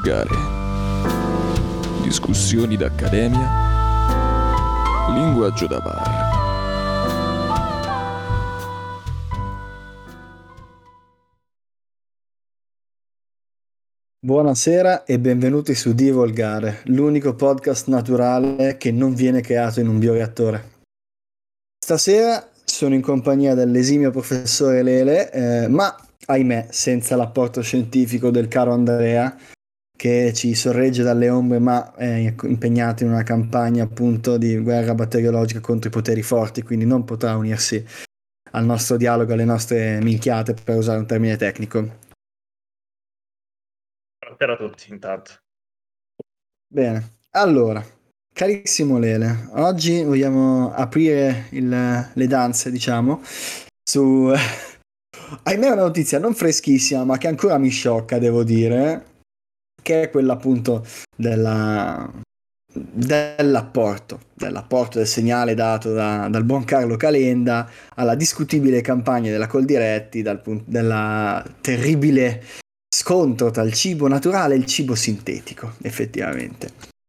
Volgare. Discussioni d'accademia. Linguaggio da bar. Buonasera e benvenuti su Di Volgare, l'unico podcast naturale che non viene creato in un bioreattore. Stasera sono in compagnia dell'esimio professore Lele, ma ahimè senza l'apporto scientifico del caro Andrea, che ci sorregge dalle ombre ma è impegnato in una campagna appunto di guerra batteriologica contro i poteri forti, quindi non potrà unirsi al nostro dialogo, alle nostre minchiate, per usare un termine tecnico. Buonasera a tutti intanto. Bene, allora, carissimo Lele, oggi vogliamo aprire le danze, diciamo, su... ahimè una notizia non freschissima, ma che ancora mi sciocca, devo dire, che è quella appunto dell'apporto del segnale dato dal buon Carlo Calenda alla discutibile campagna della Coldiretti, della terribile scontro tra il cibo naturale e il cibo sintetico, effettivamente.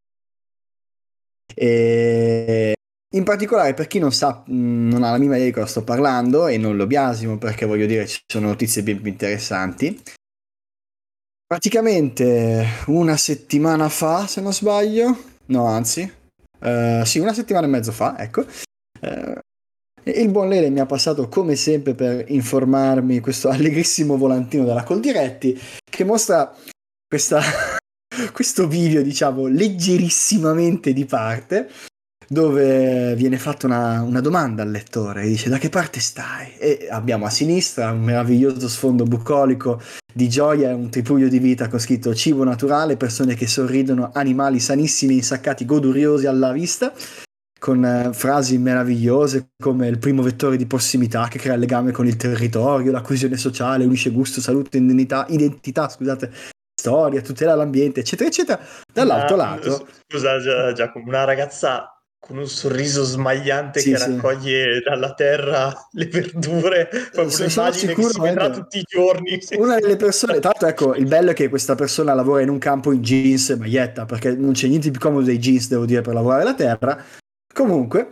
E in particolare, per chi non sa, non ha la minima idea di cosa sto parlando, e non lo biasimo perché voglio dire ci sono notizie ben più interessanti. Praticamente una settimana fa, se non sbaglio, no anzi, sì, una settimana e mezzo fa, ecco, il buon Lele mi ha passato come sempre per informarmi questo allegrissimo volantino della Coldiretti che mostra questo video, diciamo, leggerissimamente di parte, dove viene fatta una domanda al lettore, dice: da che parte stai? E abbiamo a sinistra un meraviglioso sfondo bucolico di gioia e un tripudio di vita con scritto cibo naturale, persone che sorridono, animali sanissimi, insaccati, goduriosi alla vista, con frasi meravigliose come il primo vettore di prossimità che crea il legame con il territorio, la coesione sociale, unisce gusto, salute, identità, scusate, storia, tutela l'ambiente, eccetera, eccetera. Dall'altro lato... Scusa Giacomo, una ragazza con un sorriso smagliante Sì, che sì. raccoglie dalla terra le verdure, proprio Sono un'immagine che si vedrà tutti i giorni. Una delle persone, tra l'altro, ecco, il bello è che questa persona lavora in un campo in jeans e maglietta, perché non c'è niente di più comodo dei jeans, devo dire, per lavorare la terra. Comunque,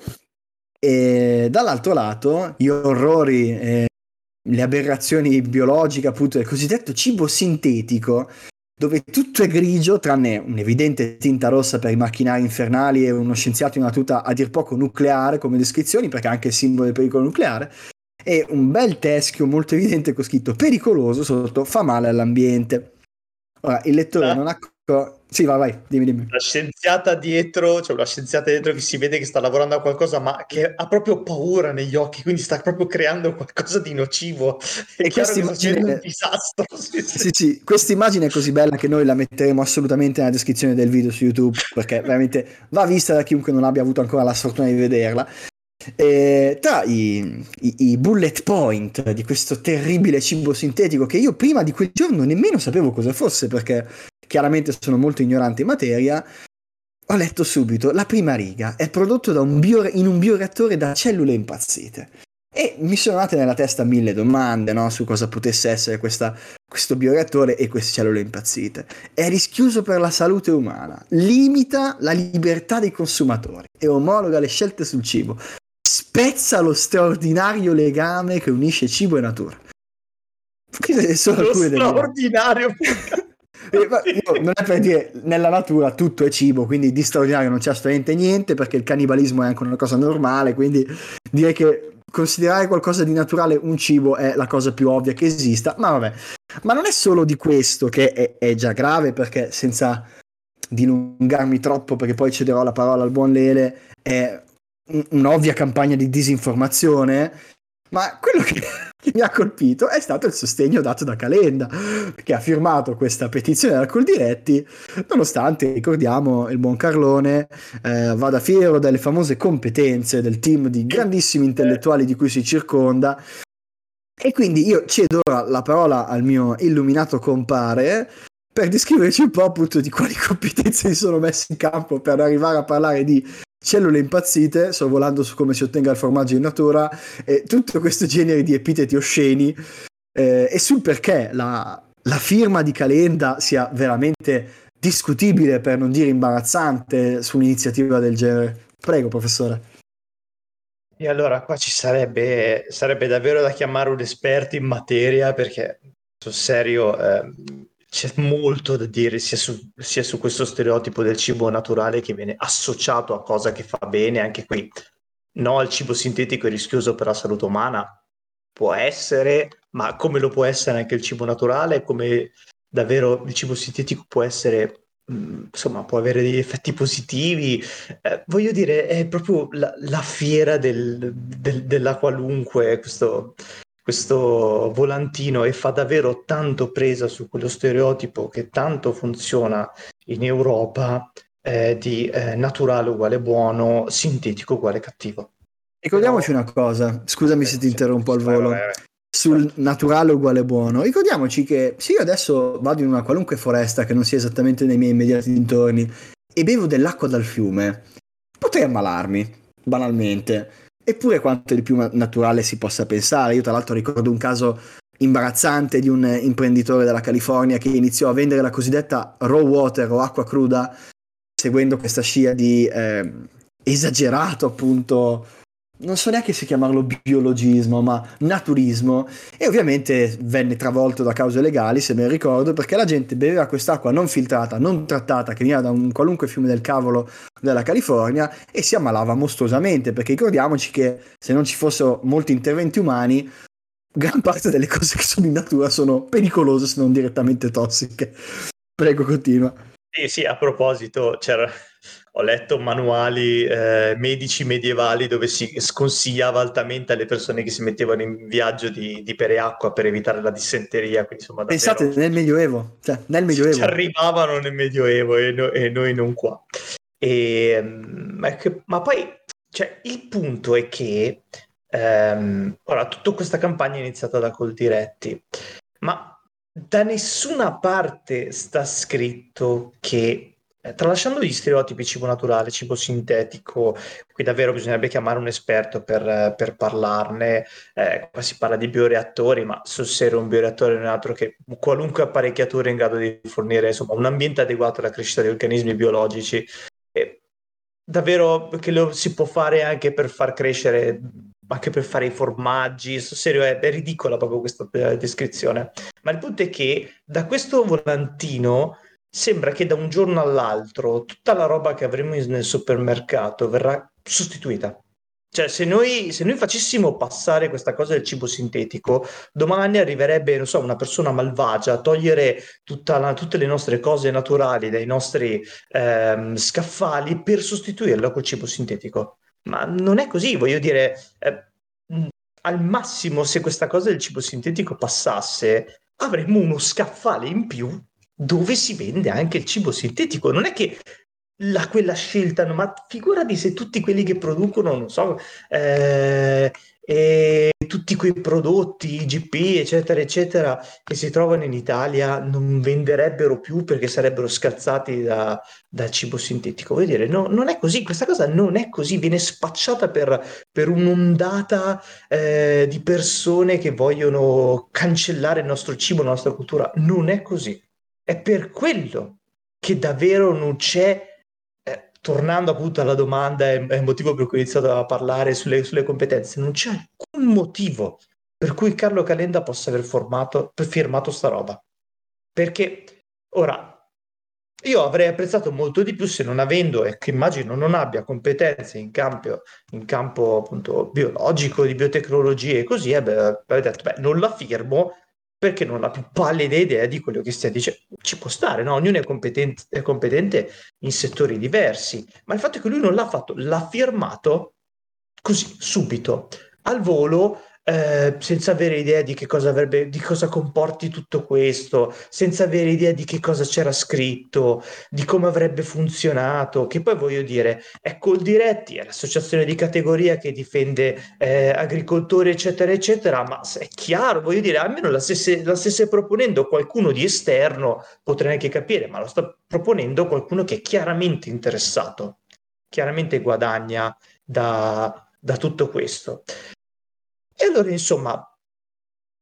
e dall'altro lato, gli orrori, le aberrazioni biologiche, appunto, del cosiddetto cibo sintetico, dove tutto è grigio tranne un'evidente tinta rossa per i macchinari infernali e uno scienziato in una tuta a dir poco nucleare come descrizioni, perché è anche il simbolo del pericolo nucleare, e un bel teschio molto evidente con scritto pericoloso sotto, fa male all'ambiente. Ora il lettore non ha... Sì, vai, dimmi. La scienziata dietro, c'è una scienziata dietro che si vede che sta lavorando a qualcosa, ma che ha proprio paura negli occhi, quindi sta proprio creando qualcosa di nocivo. È chiaro che sta facendo un disastro. Sì, questa immagine è così bella che noi la metteremo assolutamente nella descrizione del video su YouTube, perché veramente va vista da chiunque non abbia avuto ancora la sfortuna di vederla. E tra i bullet point di questo terribile cibo sintetico, che io prima di quel giorno nemmeno sapevo cosa fosse, perché chiaramente sono molto ignorante in materia, ho letto subito la prima riga: è prodotto in un bioreattore da cellule impazzite, e mi sono nate nella testa mille domande, no, su cosa potesse essere questo bioreattore e queste cellule impazzite. È rischioso per la salute umana, limita la libertà dei consumatori e omologa le scelte sul cibo, spezza lo straordinario legame che unisce cibo e natura. Sono lo straordinario. Non è per dire, nella natura tutto è cibo, quindi di straordinario non c'è assolutamente niente, perché il cannibalismo è anche una cosa normale, quindi direi che considerare qualcosa di naturale un cibo è la cosa più ovvia che esista. Ma vabbè, ma non è solo di questo che è già grave, perché senza dilungarmi troppo, perché poi cederò la parola al buon Lele, è un'ovvia campagna di disinformazione. Ma quello che mi ha colpito è stato il sostegno dato da Calenda, che ha firmato questa petizione della Coldiretti, nonostante, ricordiamo, il buon Carlone vada fiero delle famose competenze del team di grandissimi intellettuali di cui si circonda. E quindi io cedo ora la parola al mio illuminato compare per descriverci un po' appunto di quali competenze si sono messe in campo per arrivare a parlare di cellule impazzite, sorvolando su come si ottenga il formaggio in natura e tutto questo genere di epiteti osceni, e sul perché la firma di Calenda sia veramente discutibile, per non dire imbarazzante, su un'iniziativa del genere. Prego, professore. E allora qua ci sarebbe davvero da chiamare un esperto in materia, perché sul serio c'è molto da dire sia su questo stereotipo del cibo naturale che viene associato a cosa che fa bene. Anche qui no, il cibo sintetico è rischioso per la salute umana, può essere, ma come lo può essere anche il cibo naturale, come davvero il cibo sintetico può essere, insomma, può avere degli effetti positivi. Voglio dire, è proprio la fiera della qualunque, questo volantino, e fa davvero tanto presa su quello stereotipo che tanto funziona in Europa, di naturale uguale buono, sintetico uguale cattivo. Ricordiamoci Però, una cosa, scusami se ti sì, interrompo al vai, vai, volo, vai, sul certo. naturale uguale buono. Ricordiamoci che se io adesso vado in una qualunque foresta che non sia esattamente nei miei immediati dintorni e bevo dell'acqua dal fiume, potrei ammalarmi, banalmente. Eppure quanto di più naturale si possa pensare. Io tra l'altro ricordo un caso imbarazzante di un imprenditore della California che iniziò a vendere la cosiddetta raw water o acqua cruda, seguendo questa scia di esagerato, appunto, non so neanche se chiamarlo biologismo, ma naturismo, e ovviamente venne travolto da cause legali, se ben ricordo, perché la gente beveva quest'acqua non filtrata, non trattata, che veniva da un qualunque fiume del cavolo della California, e si ammalava mostruosamente, perché ricordiamoci che se non ci fossero molti interventi umani, gran parte delle cose che sono in natura sono pericolose, se non direttamente tossiche. Prego, continua. Sì, sì, a proposito, ho letto manuali medici medievali dove si sconsigliava altamente alle persone che si mettevano in viaggio di bere acqua per evitare la dissenteria, quindi insomma davvero Pensate nel Medioevo, cioè nel ci Medioevo. arrivavano nel Medioevo e noi non qua. Ma poi, cioè, il punto è che ora tutta questa campagna è iniziata da Coldiretti, ma da nessuna parte sta scritto che, tralasciando gli stereotipi cibo naturale, cibo sintetico, qui davvero bisognerebbe chiamare un esperto per parlarne. Qua si parla di bioreattori, ma sul serio un bioreattore non è altro che qualunque apparecchiatura in grado di fornire, insomma, un ambiente adeguato alla crescita di organismi biologici. E davvero che lo si può fare anche per far crescere, anche per fare i formaggi. Sul serio è ridicola proprio questa descrizione. Ma il punto è che da questo volantino sembra che da un giorno all'altro tutta la roba che avremo nel supermercato verrà sostituita. Cioè, se noi facessimo passare questa cosa del cibo sintetico, domani arriverebbe, non so, una persona malvagia a togliere tutte le nostre cose naturali dai nostri scaffali per sostituirlo col cibo sintetico. Ma non è così, voglio dire, mh, al massimo se questa cosa del cibo sintetico passasse, avremmo uno scaffale in più dove si vende anche il cibo sintetico. Non è che quella scelta, no, ma figurati se tutti quelli che producono, non so, e tutti quei prodotti, IGP, eccetera, eccetera, che si trovano in Italia non venderebbero più perché sarebbero scalzati dal cibo sintetico. Vuol dire, no, non è così, questa cosa non è così, viene spacciata per un'ondata di persone che vogliono cancellare il nostro cibo, la nostra cultura. Non è così. È per quello che davvero non c'è, tornando appunto alla domanda, è il motivo per cui ho iniziato a parlare sulle competenze, non c'è alcun motivo per cui Carlo Calenda possa aver firmato sta roba. Perché ora io avrei apprezzato molto di più se non avendo, e che immagino non abbia competenze in campo appunto biologico, di biotecnologie e così, avrei detto, beh, non la firmo perché non ho la più pallida idea di quello che stia dicendo. Ci può stare, no? Ognuno è competente in settori diversi, ma il fatto è che lui non l'ha fatto, l'ha firmato così, subito, al volo, senza avere idea di che cosa di cosa comporti tutto questo, senza avere idea di che cosa c'era scritto, di come avrebbe funzionato, che poi voglio dire, è Coldiretti, è l'associazione di categoria che difende agricoltori, eccetera, eccetera, ma è chiaro, voglio dire, almeno la stesse proponendo qualcuno di esterno, potrei anche capire, ma lo sta proponendo qualcuno che è chiaramente interessato, chiaramente guadagna da tutto questo. E allora, insomma,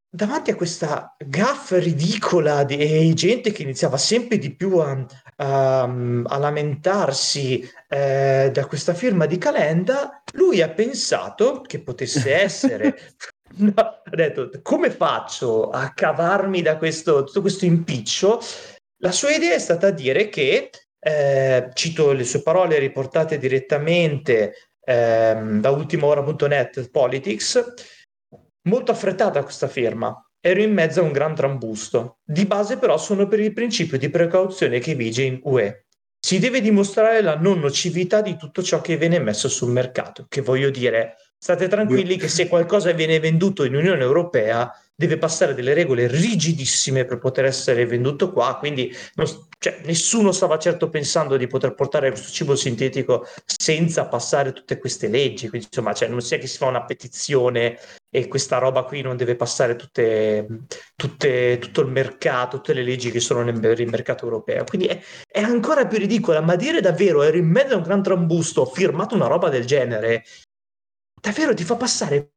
davanti a questa gaffa ridicola di gente che iniziava sempre di più a lamentarsi da questa firma di Calenda, lui ha pensato che potesse essere. No, ha detto, come faccio a cavarmi da tutto questo impiccio? La sua idea è stata dire che, cito le sue parole riportate direttamente da ultimoora.net Politics, molto affrettata questa firma. Ero in mezzo a un gran trambusto. Di base però sono per il principio di precauzione che vige in UE. Si deve dimostrare la non nocività di tutto ciò che viene messo sul mercato, che voglio dire, state Io- tranquilli che se qualcosa viene venduto in Unione Europea deve passare delle regole rigidissime per poter essere venduto qua, quindi cioè, nessuno stava certo pensando di poter portare questo cibo sintetico senza passare tutte queste leggi, quindi insomma, cioè, non sia che si fa una petizione e questa roba qui non deve passare tutto il mercato, tutte le leggi che sono nel mercato europeo. Quindi è ancora più ridicola, ma dire davvero ero in mezzo a un gran trambusto, ho firmato una roba del genere, davvero ti fa passare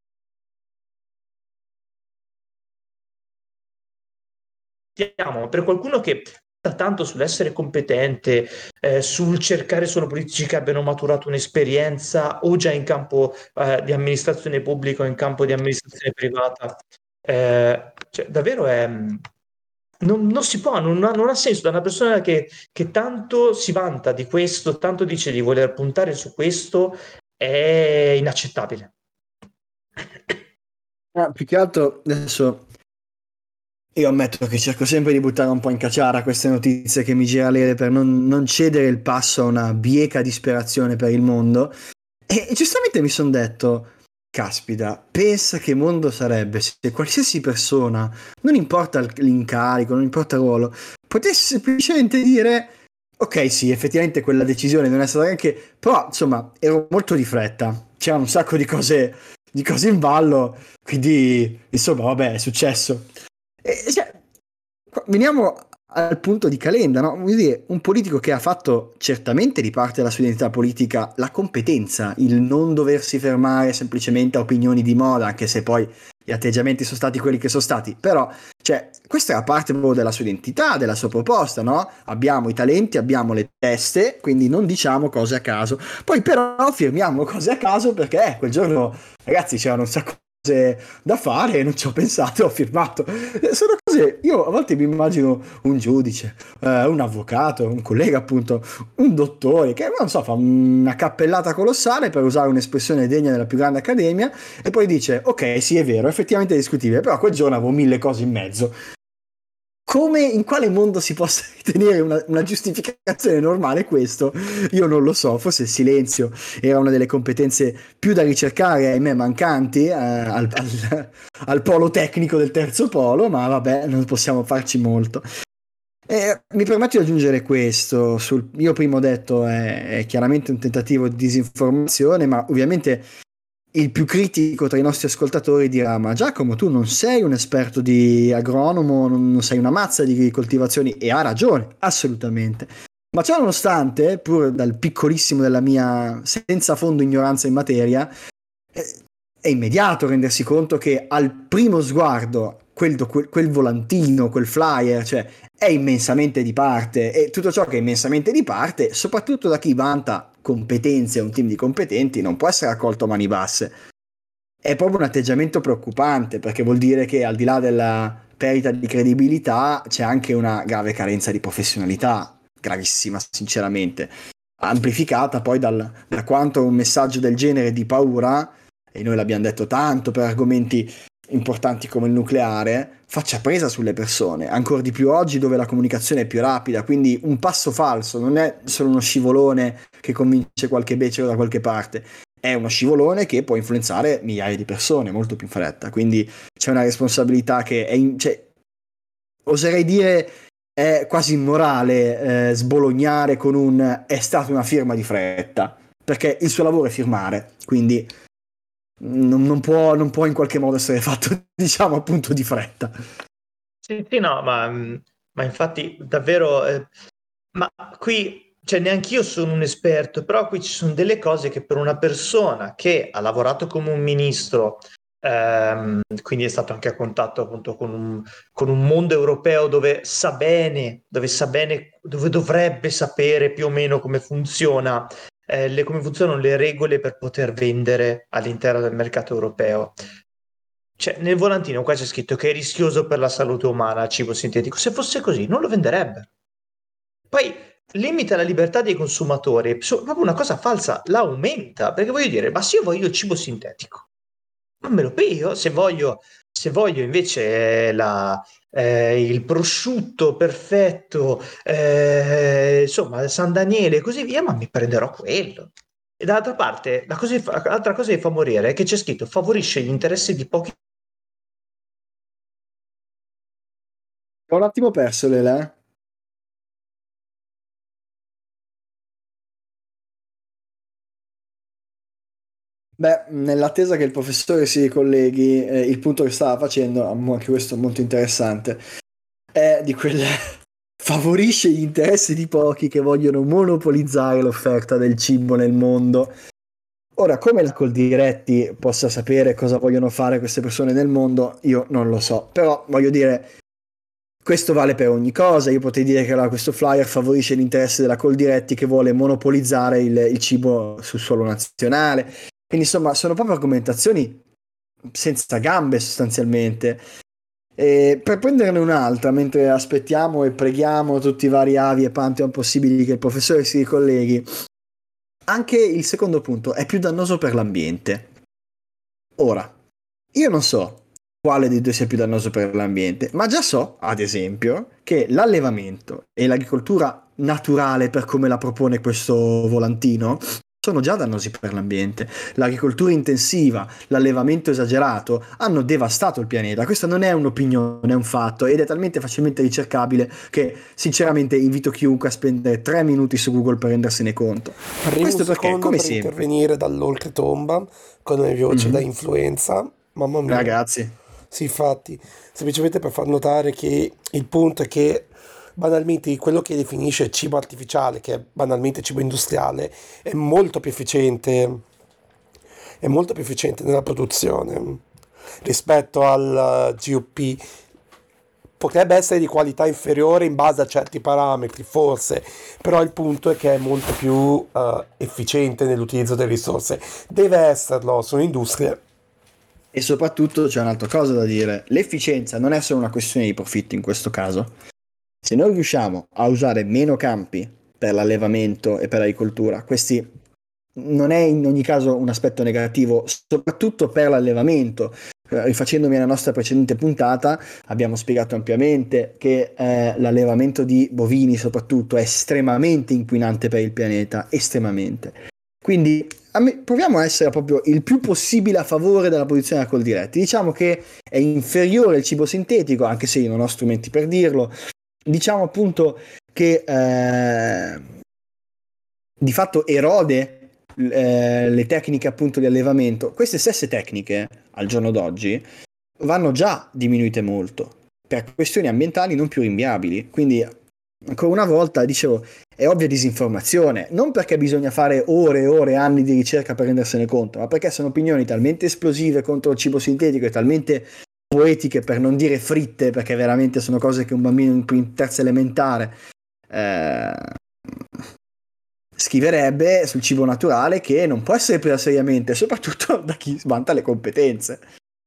per qualcuno che punta tanto sull'essere competente, sul cercare solo politici che abbiano maturato un'esperienza o già in campo di amministrazione pubblica o in campo di amministrazione privata. Cioè, davvero è. Non si può, non ha senso da una persona che tanto si vanta di questo, tanto dice di voler puntare su questo, è inaccettabile. Più che altro adesso io ammetto che cerco sempre di buttare un po' in caciara queste notizie che mi gira l'ere per non cedere il passo a una bieca disperazione per il mondo. E giustamente mi sono detto, caspita, pensa che mondo sarebbe se qualsiasi persona, non importa l'incarico, non importa il ruolo, potesse semplicemente dire, ok sì, effettivamente quella decisione non è stata neanche, però insomma ero molto di fretta, c'erano un sacco di cose in ballo, quindi insomma vabbè è successo. Cioè, veniamo al punto di Calenda, no? Vuol dire, un politico che ha fatto certamente di parte della sua identità politica la competenza, il non doversi fermare semplicemente a opinioni di moda, anche se poi gli atteggiamenti sono stati quelli che sono stati, però, cioè, questa è la parte proprio della sua identità, della sua proposta, no? Abbiamo i talenti, abbiamo le teste, quindi non diciamo cose a caso. Poi però firmiamo cose a caso perché quel giorno, ragazzi, c'erano un sacco da fare e non ci ho pensato, ho firmato. Sono cose, io a volte mi immagino un giudice, un avvocato, un collega appunto, un dottore che non so, fa una cappellata colossale per usare un'espressione degna della più grande accademia e poi dice ok sì è vero, effettivamente è discutibile, però quel giorno avevo 1000 cose in mezzo. Come, in quale mondo si possa ritenere una giustificazione normale questo? Io non lo so, forse il silenzio era una delle competenze più da ricercare, ahimè mancanti, al polo tecnico del terzo polo, ma vabbè, non possiamo farci molto. Mi permetto di aggiungere questo, io prima ho detto è chiaramente un tentativo di disinformazione, ma ovviamente il più critico tra i nostri ascoltatori dirà ma Giacomo tu non sei un esperto di agronomo, non sei una mazza di coltivazioni e ha ragione, assolutamente. Ma ciò nonostante, pur dal piccolissimo della mia senza fondo ignoranza in materia, è immediato rendersi conto che al primo sguardo quel volantino, quel flyer, cioè è immensamente di parte e tutto ciò che è immensamente di parte, soprattutto da chi vanta competenze, un team di competenti, non può essere accolto a mani basse. È proprio un atteggiamento preoccupante perché vuol dire che al di là della perdita di credibilità c'è anche una grave carenza di professionalità, gravissima sinceramente, amplificata poi da quanto un messaggio del genere di paura, e noi l'abbiamo detto tanto per argomenti importanti come il nucleare, faccia presa sulle persone, ancora di più oggi dove la comunicazione è più rapida, quindi un passo falso non è solo uno scivolone che convince qualche becero da qualche parte, è uno scivolone che può influenzare migliaia di persone molto più in fretta, quindi c'è una responsabilità che cioè, oserei dire è quasi immorale sbolognare con è stata una firma di fretta, perché il suo lavoro è firmare, quindi non può in qualche modo essere fatto, diciamo, appunto di fretta. Sì, sì, no, ma infatti davvero, ma qui, cioè neanch'io sono un esperto, però qui ci sono delle cose che per una persona che ha lavorato come un ministro, quindi è stato anche a contatto appunto con un mondo europeo dove sa bene, dove dovrebbe sapere più o meno come funziona, come funzionano le regole per poter vendere all'interno del mercato europeo. Cioè, nel volantino qua c'è scritto che è rischioso per la salute umana il cibo sintetico. Se fosse così, non lo venderebbe. Poi limita la libertà dei consumatori, proprio una cosa falsa, la aumenta, perché voglio dire, ma se io voglio il cibo sintetico, non me lo piglio, se voglio invece il prosciutto perfetto, insomma, il San Daniele e così via, ma mi prenderò quello. E dall'altra parte, l'altra cosa che fa morire è che c'è scritto favorisce gli interessi di pochi. Ho un attimo perso Lele. Beh, nell'attesa che il professore si ricolleghi, il punto che stava facendo, anche questo molto interessante, è di quel favorisce gli interessi di pochi che vogliono monopolizzare l'offerta del cibo nel mondo. Ora, come la Coldiretti possa sapere cosa vogliono fare queste persone nel mondo, io non lo so, però voglio dire, questo vale per ogni cosa. Io potrei dire che questo flyer favorisce l'interesse della Coldiretti che vuole monopolizzare il cibo sul suolo nazionale. Quindi insomma sono proprio argomentazioni senza gambe sostanzialmente. E per prenderne un'altra, mentre aspettiamo e preghiamo tutti i vari avi e Pantheon possibili che il professore si ricolleghi, anche il secondo punto è più dannoso per l'ambiente. Ora, io non so quale dei due sia più dannoso per l'ambiente, ma già so, ad esempio, che l'allevamento e l'agricoltura naturale, per come la propone questo volantino, sono già dannosi per l'ambiente. L'agricoltura intensiva, l'allevamento esagerato hanno devastato il pianeta. Questa non è un'opinione, è un fatto ed è talmente facilmente ricercabile che sinceramente invito chiunque a spendere 3 minuti su Google per rendersene conto. Arrivo un Questo perché, secondo come per sempre, intervenire dall'oltretomba con le voci da influenza. Mamma mia. ragazzi, Sì, infatti, semplicemente per far notare che il punto è che banalmente quello che definisce cibo artificiale, che è banalmente cibo industriale, è molto più efficiente nella produzione rispetto al GOP. Potrebbe essere di qualità inferiore in base a certi parametri, forse, però il punto è che è molto più efficiente nell'utilizzo delle risorse. Deve esserlo, sono industrie. e soprattutto c'è un'altra cosa da dire: l'efficienza non è solo una questione di profitto in questo caso. Se noi riusciamo a usare meno campi per l'allevamento e per l'agricoltura, questi non è in ogni caso un aspetto negativo, soprattutto per l'allevamento. Rifacendomi alla nostra precedente puntata, abbiamo spiegato ampiamente che l'allevamento di bovini soprattutto è estremamente inquinante per il pianeta, estremamente. Quindi proviamo a essere proprio il più possibile a favore della produzione a Coldiretti. Diciamo che è inferiore il cibo sintetico, anche se io non ho strumenti per dirlo. Diciamo appunto che di fatto erode le tecniche appunto di allevamento. Queste stesse tecniche al giorno d'oggi vanno già diminuite molto per questioni ambientali non più rinviabili. Quindi ancora una volta dicevo, è ovvia disinformazione, non perché bisogna fare ore e ore, anni di ricerca per rendersene conto, ma perché sono opinioni talmente esplosive contro il cibo sintetico e talmente poetiche, per non dire fritte, perché veramente sono cose che un bambino in terza elementare scriverebbe sul cibo naturale, che non può essere presa seriamente, soprattutto da chi svanta le competenze.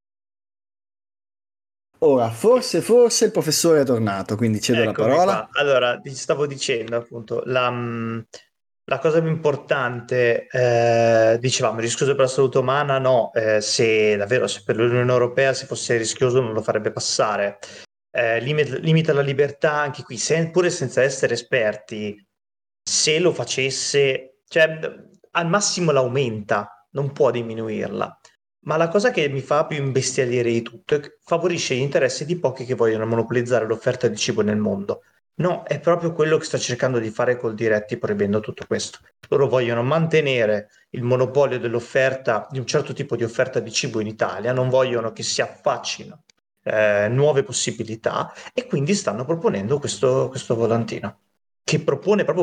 Ora, forse il professore è tornato, quindi cedo la Eccomi parola. qua. Allora, ti stavo dicendo appunto, la cosa più importante, dicevamo, rischioso per la salute umana, no, se davvero se per l'Unione Europea se fosse rischioso non lo farebbe passare. Limita la libertà anche qui, pure senza essere esperti, se lo facesse, cioè al massimo l'aumenta, non può diminuirla. Ma la cosa che mi fa più imbestialire di tutto è che favorisce gli interessi di pochi che vogliono monopolizzare l'offerta di cibo nel mondo. No, è proprio quello che sta cercando di fare col Diretti proibendo tutto questo. Loro vogliono mantenere il monopolio dell'offerta, di un certo tipo di offerta di cibo in Italia, non vogliono che si affaccino nuove possibilità e quindi stanno proponendo questo volantino che propone proprio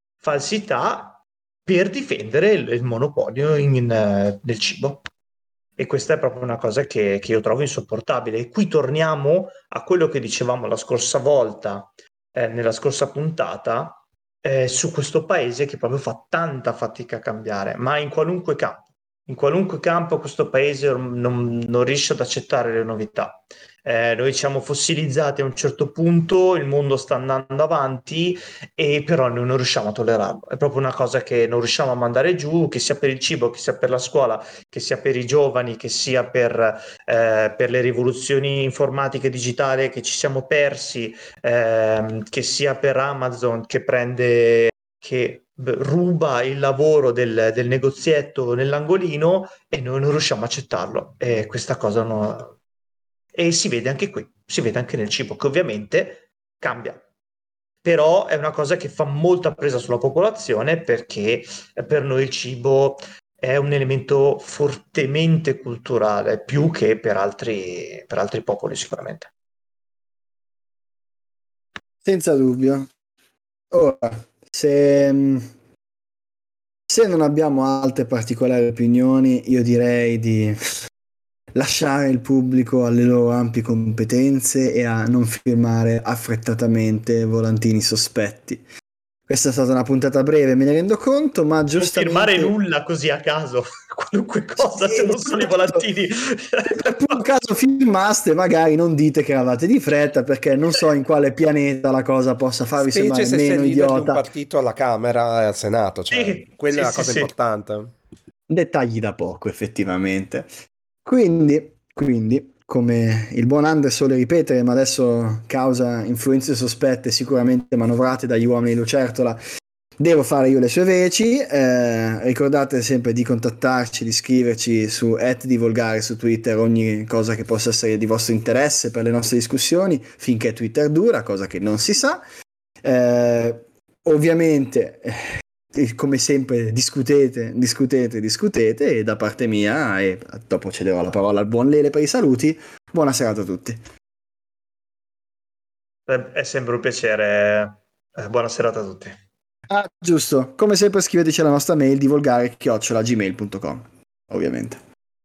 falsità per difendere il monopolio del cibo. E questa è proprio una cosa che io trovo insopportabile. E qui torniamo a quello che dicevamo la scorsa volta, nella scorsa puntata, su questo paese che proprio fa tanta fatica a cambiare, ma in qualunque campo. In qualunque campo questo paese non riesce ad accettare le novità. Noi siamo fossilizzati a un certo punto, il mondo sta andando avanti e però noi non riusciamo a tollerarlo. È proprio una cosa che non riusciamo a mandare giù, che sia per il cibo, che sia per la scuola, che sia per i giovani, che sia per le rivoluzioni informatiche e digitali che ci siamo persi, che sia per Amazon che ruba il lavoro del negozietto nell'angolino e noi non riusciamo a accettarlo. E questa cosa e si vede anche qui, si vede anche nel cibo, che ovviamente cambia. Però è una cosa che fa molta presa sulla popolazione perché per noi il cibo è un elemento fortemente culturale, più che per altri popoli sicuramente. Senza dubbio. Ora, se non abbiamo altre particolari opinioni, io direi di lasciare il pubblico alle loro ampie competenze e a non firmare affrettatamente volantini sospetti. Questa è stata una puntata breve, me ne rendo conto, ma giustamente... Non firmare nulla così a caso, qualunque cosa, se non sono i volantini. Se per un caso firmaste, magari non dite che eravate di fretta, perché non so in quale pianeta la cosa possa farvi Specie sembrare se sei meno leader di un idiota. partito alla Camera e al Senato, cioè, Sì, quella è la sì, cosa sì. importante. Dettagli da poco, effettivamente. Quindi, come il buon Andre suole ripetere, ma adesso causa influenze sospette sicuramente manovrate dagli uomini di Lucertola, devo fare io le sue veci. Ricordate sempre di contattarci, di scriverci su @divolgare su Twitter ogni cosa che possa essere di vostro interesse per le nostre discussioni, finché Twitter dura, cosa che non si sa. Ovviamente, come sempre, discutete e da parte mia, e dopo cederò la parola al buon Lele per i saluti, buona serata a tutti. È sempre un piacere. Buona serata a tutti. Ah, giusto, come sempre scriveteci alla nostra mail divolgare@gmail.com, ovviamente.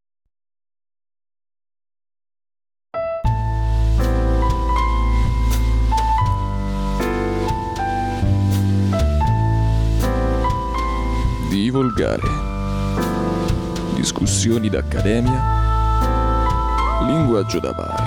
Divolgare. Discussioni d'accademia. Linguaggio da bar.